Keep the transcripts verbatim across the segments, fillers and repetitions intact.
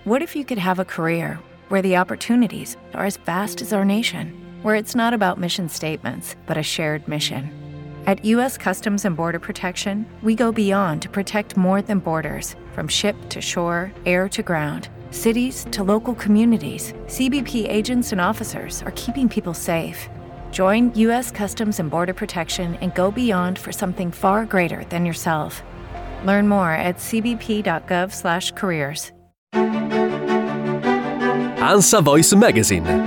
What if you could have a career where the opportunities are as vast as our nation, where it's not about mission statements, but a shared mission? At U S Customs and Border Protection, we go beyond to protect more than borders, from ship to shore, air to ground, cities to local communities. C B P agents and officers are keeping people safe. Join U S Customs and Border Protection and go beyond for something far greater than yourself. Learn more at c b p dot gov slash careers. ANSA Voice Magazine.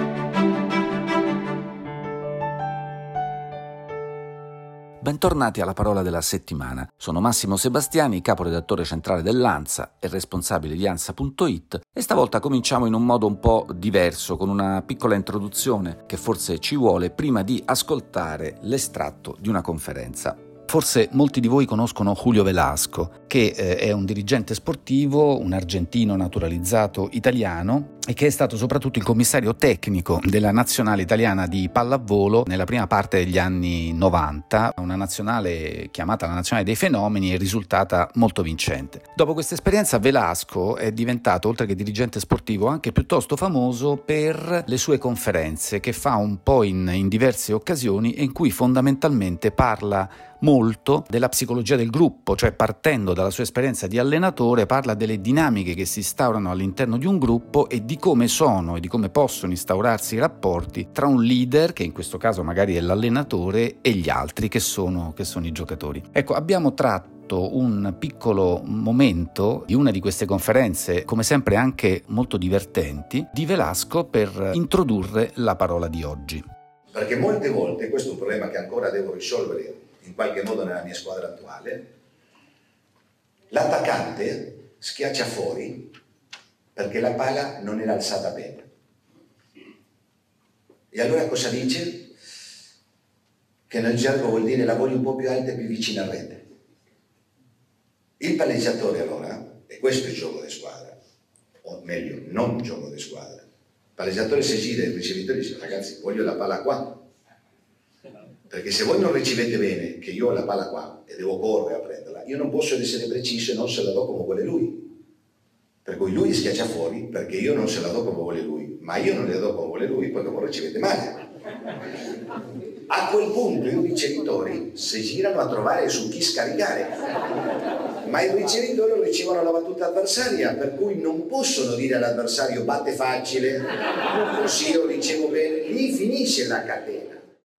Bentornati alla parola della settimana. Sono Massimo Sebastiani, caporedattore centrale dell'ANSA e responsabile di ansa punto it, e stavolta cominciamo in un modo un po' diverso, con una piccola introduzione che forse ci vuole prima di ascoltare l'estratto di una conferenza. Forse molti di voi conoscono Julio Velasco, che eh, è un dirigente sportivo, un argentino naturalizzato italiano e che è stato soprattutto il commissario tecnico della nazionale italiana di pallavolo nella prima parte degli anni novanta, una nazionale chiamata la nazionale dei fenomeni e risultata molto vincente. Dopo questa esperienza Velasco è diventato, oltre che dirigente sportivo, anche piuttosto famoso per le sue conferenze che fa un po' in, in diverse occasioni e in cui fondamentalmente parla molto della psicologia del gruppo, cioè partendo dalla sua esperienza di allenatore parla delle dinamiche che si instaurano all'interno di un gruppo e di come sono e di come possono instaurarsi i rapporti tra un leader, che in questo caso magari è l'allenatore, e gli altri che sono, che sono i giocatori. Ecco, abbiamo tratto un piccolo momento di una di queste conferenze, come sempre anche molto divertenti, di Velasco per introdurre la parola di oggi. Perché molte volte, questo è un problema che ancora devo risolvere in qualche modo nella mia squadra attuale, l'attaccante schiaccia fuori perché la palla non era alzata bene. E allora cosa dice? Che nel gergo vuol dire la voglio un po' più alta e più vicina a rete. Il palleggiatore allora, e questo è il gioco di squadra, o meglio, non gioco di squadra, il palleggiatore si gira e il ricevitore dice: ragazzi, voglio la palla qua. Perché se voi non ricevete bene che io ho la palla qua e devo correre a prenderla, io non posso essere preciso e non se la do come vuole lui. Per cui lui schiaccia fuori perché io non se la do come vuole lui, ma io non le do come vuole lui, poi dopo ricevete male. A quel punto i ricevitori si girano a trovare su chi scaricare, ma i ricevitori ricevono la battuta avversaria, per cui non possono dire all'avversario batte facile, così io ricevo bene, lì finisce la catena.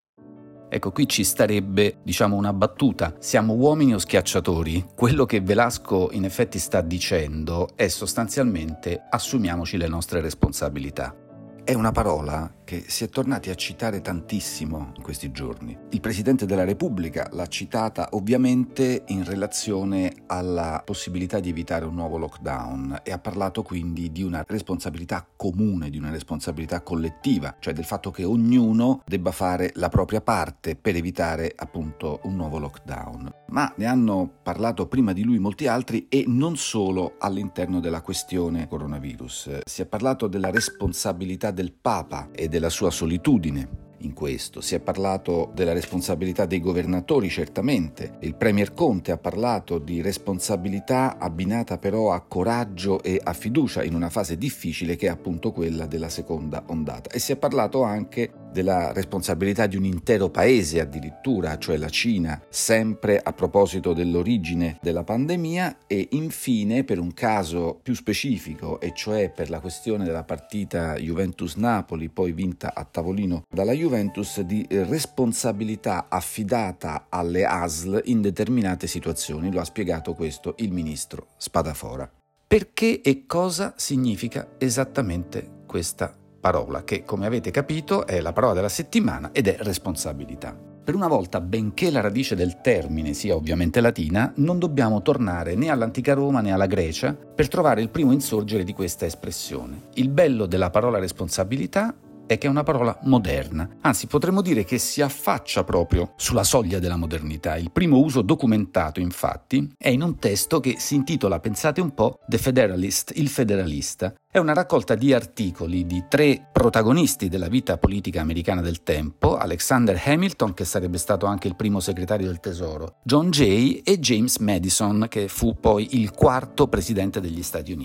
Ecco, qui ci starebbe, diciamo, una battuta. Siamo uomini o schiacciatori? Quello che Velasco in effetti sta dicendo è sostanzialmente: assumiamoci le nostre responsabilità. È una parola che si è tornati a citare tantissimo in questi giorni. Il Presidente della Repubblica l'ha citata ovviamente in relazione alla possibilità di evitare un nuovo lockdown e ha parlato quindi di una responsabilità comune, di una responsabilità collettiva, cioè del fatto che ognuno debba fare la propria parte per evitare appunto un nuovo lockdown. Ma ne hanno parlato prima di lui molti altri e non solo all'interno della questione coronavirus. Si è parlato della responsabilità del Papa e della sua solitudine in questo. Si è parlato della responsabilità dei governatori, certamente. Il Premier Conte ha parlato di responsabilità abbinata però a coraggio e a fiducia in una fase difficile che è appunto quella della seconda ondata. E si è parlato anche della responsabilità di un intero paese addirittura, cioè la Cina, sempre a proposito dell'origine della pandemia. E infine, per un caso più specifico, e cioè per la questione della partita Juventus-Napoli, poi vinta a tavolino dalla Juventus, di responsabilità affidata alle A S L in determinate situazioni. Lo ha spiegato questo il ministro Spadafora. Perché e cosa significa esattamente questa parola, che come avete capito è la parola della settimana ed è responsabilità. Per una volta, benché la radice del termine sia ovviamente latina, non dobbiamo tornare né all'antica Roma né alla Grecia per trovare il primo insorgere di questa espressione. Il bello della parola responsabilità è che è una parola moderna, anzi potremmo dire che si affaccia proprio sulla soglia della modernità. Il primo uso documentato, infatti, è in un testo che si intitola, pensate un po', The Federalist, il federalista. È una raccolta di articoli di tre protagonisti della vita politica americana del tempo: Alexander Hamilton, che sarebbe stato anche il primo segretario del Tesoro, John Jay e James Madison, che fu poi il quarto presidente degli Stati Uniti.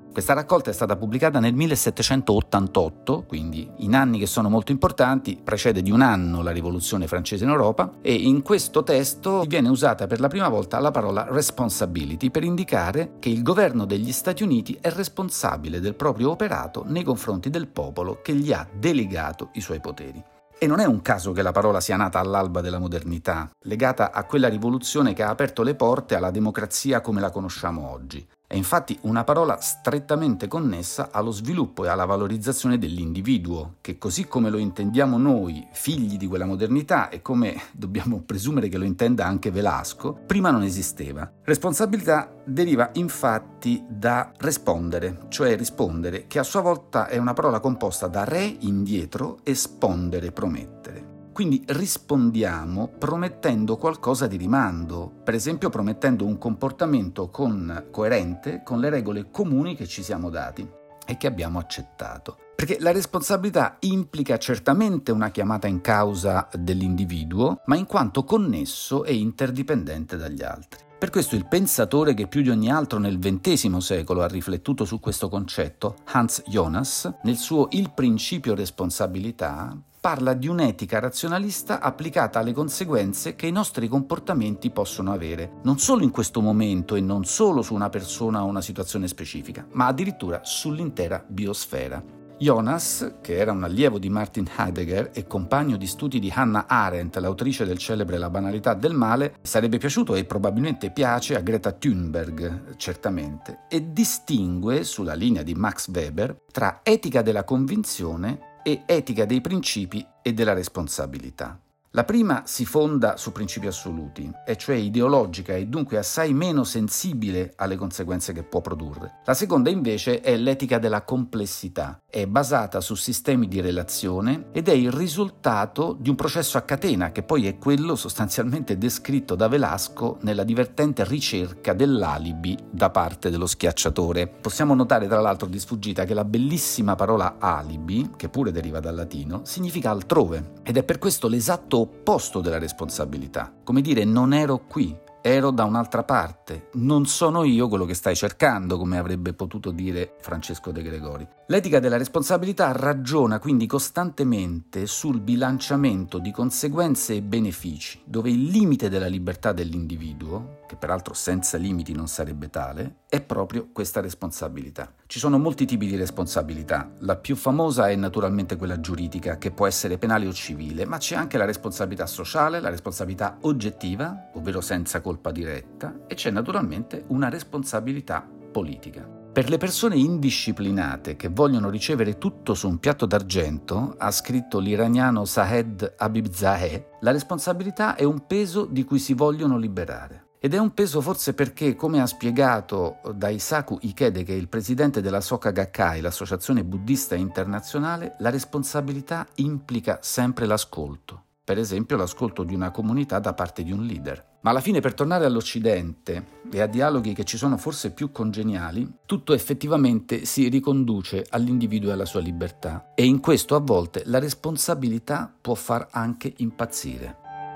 Questa raccolta è stata pubblicata nel millesettecentottantotto, quindi in anni che sono molto importanti, precede di un anno la rivoluzione francese in Europa, e in questo testo viene usata per la prima volta la parola responsibility per indicare che il governo degli Stati Uniti è responsabile del proprio operato nei confronti del popolo che gli ha delegato i suoi poteri. E non è un caso che la parola sia nata all'alba della modernità, legata a quella rivoluzione che ha aperto le porte alla democrazia come la conosciamo oggi. È infatti una parola strettamente connessa allo sviluppo e alla valorizzazione dell'individuo, che così come lo intendiamo noi, figli di quella modernità, e come dobbiamo presumere che lo intenda anche Velasco, prima non esisteva. Responsabilità deriva infatti da rispondere, cioè rispondere, che a sua volta è una parola composta da re, indietro, e spondere, promettere. Quindi rispondiamo promettendo qualcosa di rimando, per esempio promettendo un comportamento con, coerente con le regole comuni che ci siamo dati e che abbiamo accettato. Perché la responsabilità implica certamente una chiamata in causa dell'individuo, ma in quanto connesso e interdipendente dagli altri. Per questo il pensatore che più di ogni altro nel ventesimo secolo ha riflettuto su questo concetto, Hans Jonas, nel suo Il principio responsabilità, parla di un'etica razionalista applicata alle conseguenze che i nostri comportamenti possono avere, non solo in questo momento e non solo su una persona o una situazione specifica, ma addirittura sull'intera biosfera. Jonas, che era un allievo di Martin Heidegger e compagno di studi di Hannah Arendt, l'autrice del celebre La banalità del male, sarebbe piaciuto e probabilmente piace a Greta Thunberg, certamente, e distingue, sulla linea di Max Weber, tra etica della convinzione e etica dei principi e della responsabilità. La prima si fonda su principi assoluti, e cioè ideologica e dunque assai meno sensibile alle conseguenze che può produrre. La seconda invece è l'etica della complessità, è basata su sistemi di relazione ed è il risultato di un processo a catena che poi è quello sostanzialmente descritto da Velasco nella divertente ricerca dell'alibi da parte dello schiacciatore. Possiamo notare tra l'altro di sfuggita che la bellissima parola alibi, che pure deriva dal latino, significa altrove ed è per questo l'esatto opposto della responsabilità, come dire non ero qui, ero da un'altra parte, non sono io quello che stai cercando, come avrebbe potuto dire Francesco De Gregori. L'etica della responsabilità ragiona quindi costantemente sul bilanciamento di conseguenze e benefici, dove il limite della libertà dell'individuo, che peraltro senza limiti non sarebbe tale, è proprio questa responsabilità. Ci sono molti tipi di responsabilità, la più famosa è naturalmente quella giuridica, che può essere penale o civile, ma c'è anche la responsabilità sociale, la responsabilità oggettiva, ovvero senza colpa diretta, e c'è naturalmente una responsabilità politica. Per le persone indisciplinate che vogliono ricevere tutto su un piatto d'argento, ha scritto l'iraniano Sahed Habibzadeh, la responsabilità è un peso di cui si vogliono liberare. Ed è un peso forse perché, come ha spiegato Daisaku Ikede, che è il presidente della Soka Gakkai, l'associazione buddista internazionale, la responsabilità implica sempre l'ascolto. Per esempio l'ascolto di una comunità da parte di un leader. Ma alla fine, per tornare all'Occidente e a dialoghi che ci sono forse più congeniali, tutto effettivamente si riconduce all'individuo e alla sua libertà. E in questo a volte la responsabilità può far anche impazzire.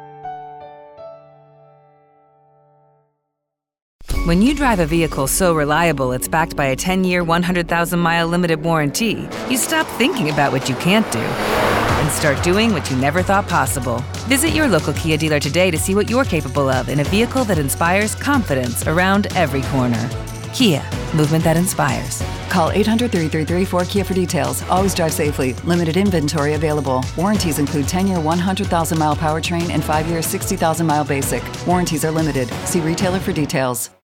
When you drive a vehicle so reliable it's backed by a ten-year, one hundred thousand mile limited warranty, you stop thinking about what you can't do and start doing what you never thought possible. Visit your local Kia dealer today to see what you're capable of in a vehicle that inspires confidence around every corner. Kia, movement that inspires. Call eight hundred, three three three, four K I A for details. Always drive safely. Limited inventory available. Warranties include ten-year, one hundred thousand mile powertrain and five-year, sixty thousand mile basic. Warranties are limited. See retailer for details.